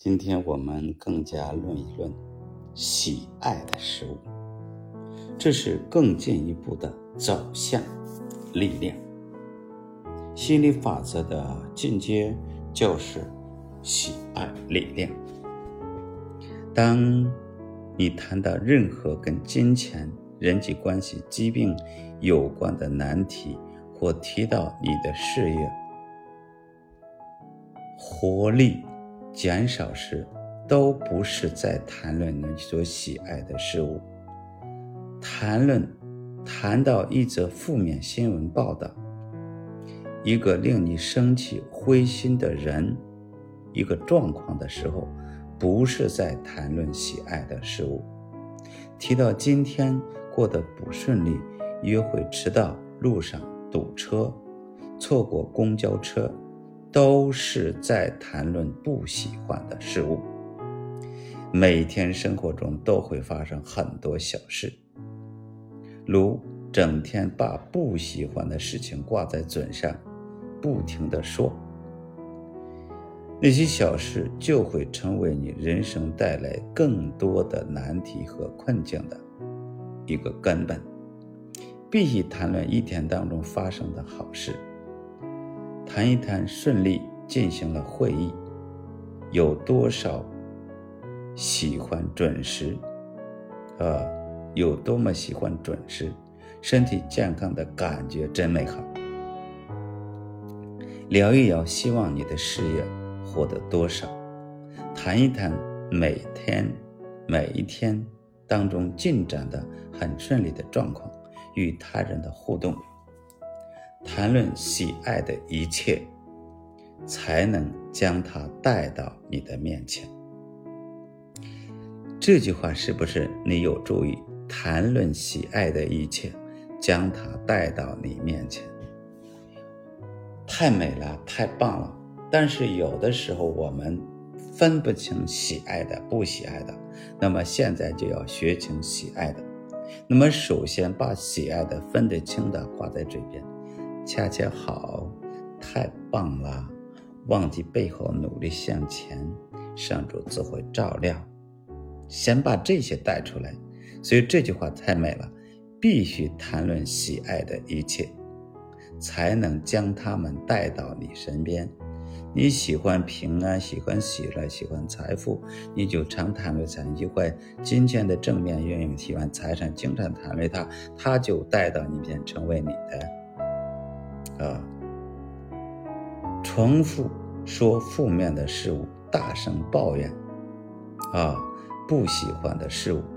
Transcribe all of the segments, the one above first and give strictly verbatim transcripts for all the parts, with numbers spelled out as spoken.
今天我们更加论一论喜爱的事物，这是更进一步的走向力量。心理法则的进阶就是喜爱力量。当你谈到任何跟金钱、人际关系、疾病有关的难题，或提到你的事业活力减少时，都不是在谈论你所喜爱的事物。谈论谈到一则负面新闻报道，一个令你生气灰心的人，一个状况的时候，不是在谈论喜爱的事物。提到今天过得不顺利，约会迟到，路上堵车，错过公交车，都是在谈论不喜欢的事物。每天生活中都会发生很多小事，如整天把不喜欢的事情挂在嘴上，不停地说，那些小事就会成为你人生带来更多的难题和困境的一个根本。必须谈论一天当中发生的好事，谈一谈顺利进行了会议，有多少喜欢准时，呃，有多么喜欢准时，身体健康的感觉真美好。聊一聊希望你的事业获得多少，谈一谈每天每一天当中进展的很顺利的状况，与他人的互动，谈论喜爱的一切，才能将它带到你的面前。这句话是不是你有注意？谈论喜爱的一切，将它带到你面前。太美了，太棒了。但是有的时候我们分不清喜爱的不喜爱的，那么现在就要学清喜爱的。那么首先把喜爱的分得清的挂在嘴边，恰恰好，太棒了，忘记背后努力向前，上主自会照料。先把这些带出来，所以这句话太美了，必须谈论喜爱的一切，才能将他们带到你身边。你喜欢平安，喜欢喜乐，喜欢财富，你就常谈论财，你就会金钱的正面运用，喜欢财产，经常谈论它，它就带到你面前，成为你的啊。重复说负面的事物，大声抱怨啊，不喜欢的事物，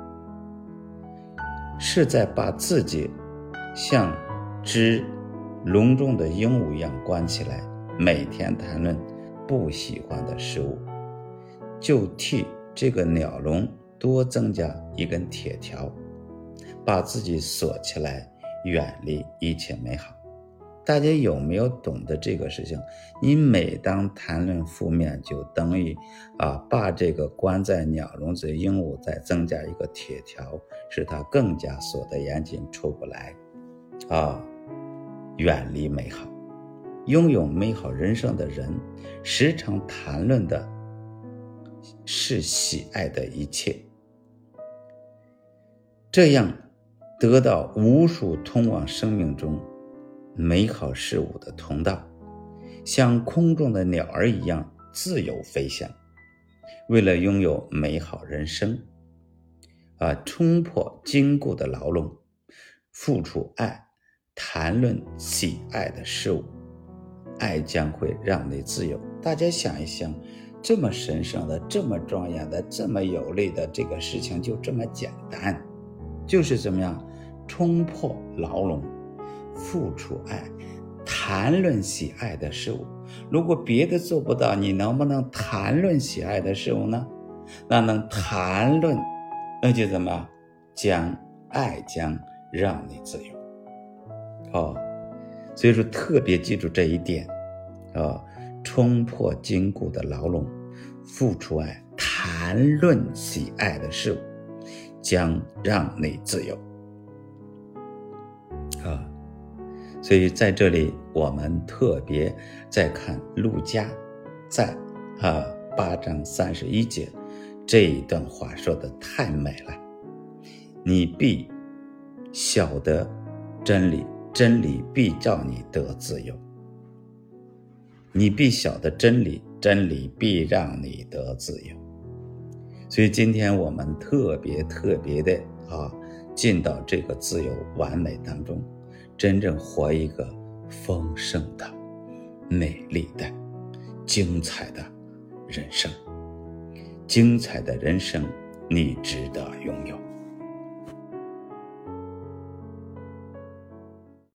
是在把自己像只笼中的鹦鹉一样关起来，每天谈论不喜欢的事物，就替这个鸟笼多增加一根铁条，把自己锁起来，远离一切美好。大家有没有懂得这个事情？你每当谈论负面，就等于啊，把这个关在鸟笼子鹦鹉再增加一个铁条，使它更加锁得严谨，出不来啊，远离美好。拥有美好人生的人，时常谈论的是喜爱的一切，这样得到无数通往生命中美好事物的通道，像空中的鸟儿一样自由飞翔。为了拥有美好人生啊，冲破坚固的牢笼，付出爱，谈论喜爱的事物，爱将会让你自由。大家想一想，这么神圣的，这么庄严的，这么有力的这个事情，就这么简单，就是怎么样冲破牢笼，付出爱，谈论喜爱的事物。如果别的做不到，你能不能谈论喜爱的事物呢？那能谈论，那就怎么将爱将让你自由。哦，所以说特别记住这一点啊，冲破坚固的牢笼，付出爱，谈论喜爱的事物，将让你自由啊。所以在这里我们特别在看路加在啊八章三十一节，这一段话说得太美了。你必晓得真理，真理必叫你得自由。你必晓得真理，真理必让你得自由。所以今天我们特别特别的啊，进到这个自由完美当中，真正活一个丰盛的、美丽的、精彩的人生。精彩的人生，你值得拥有。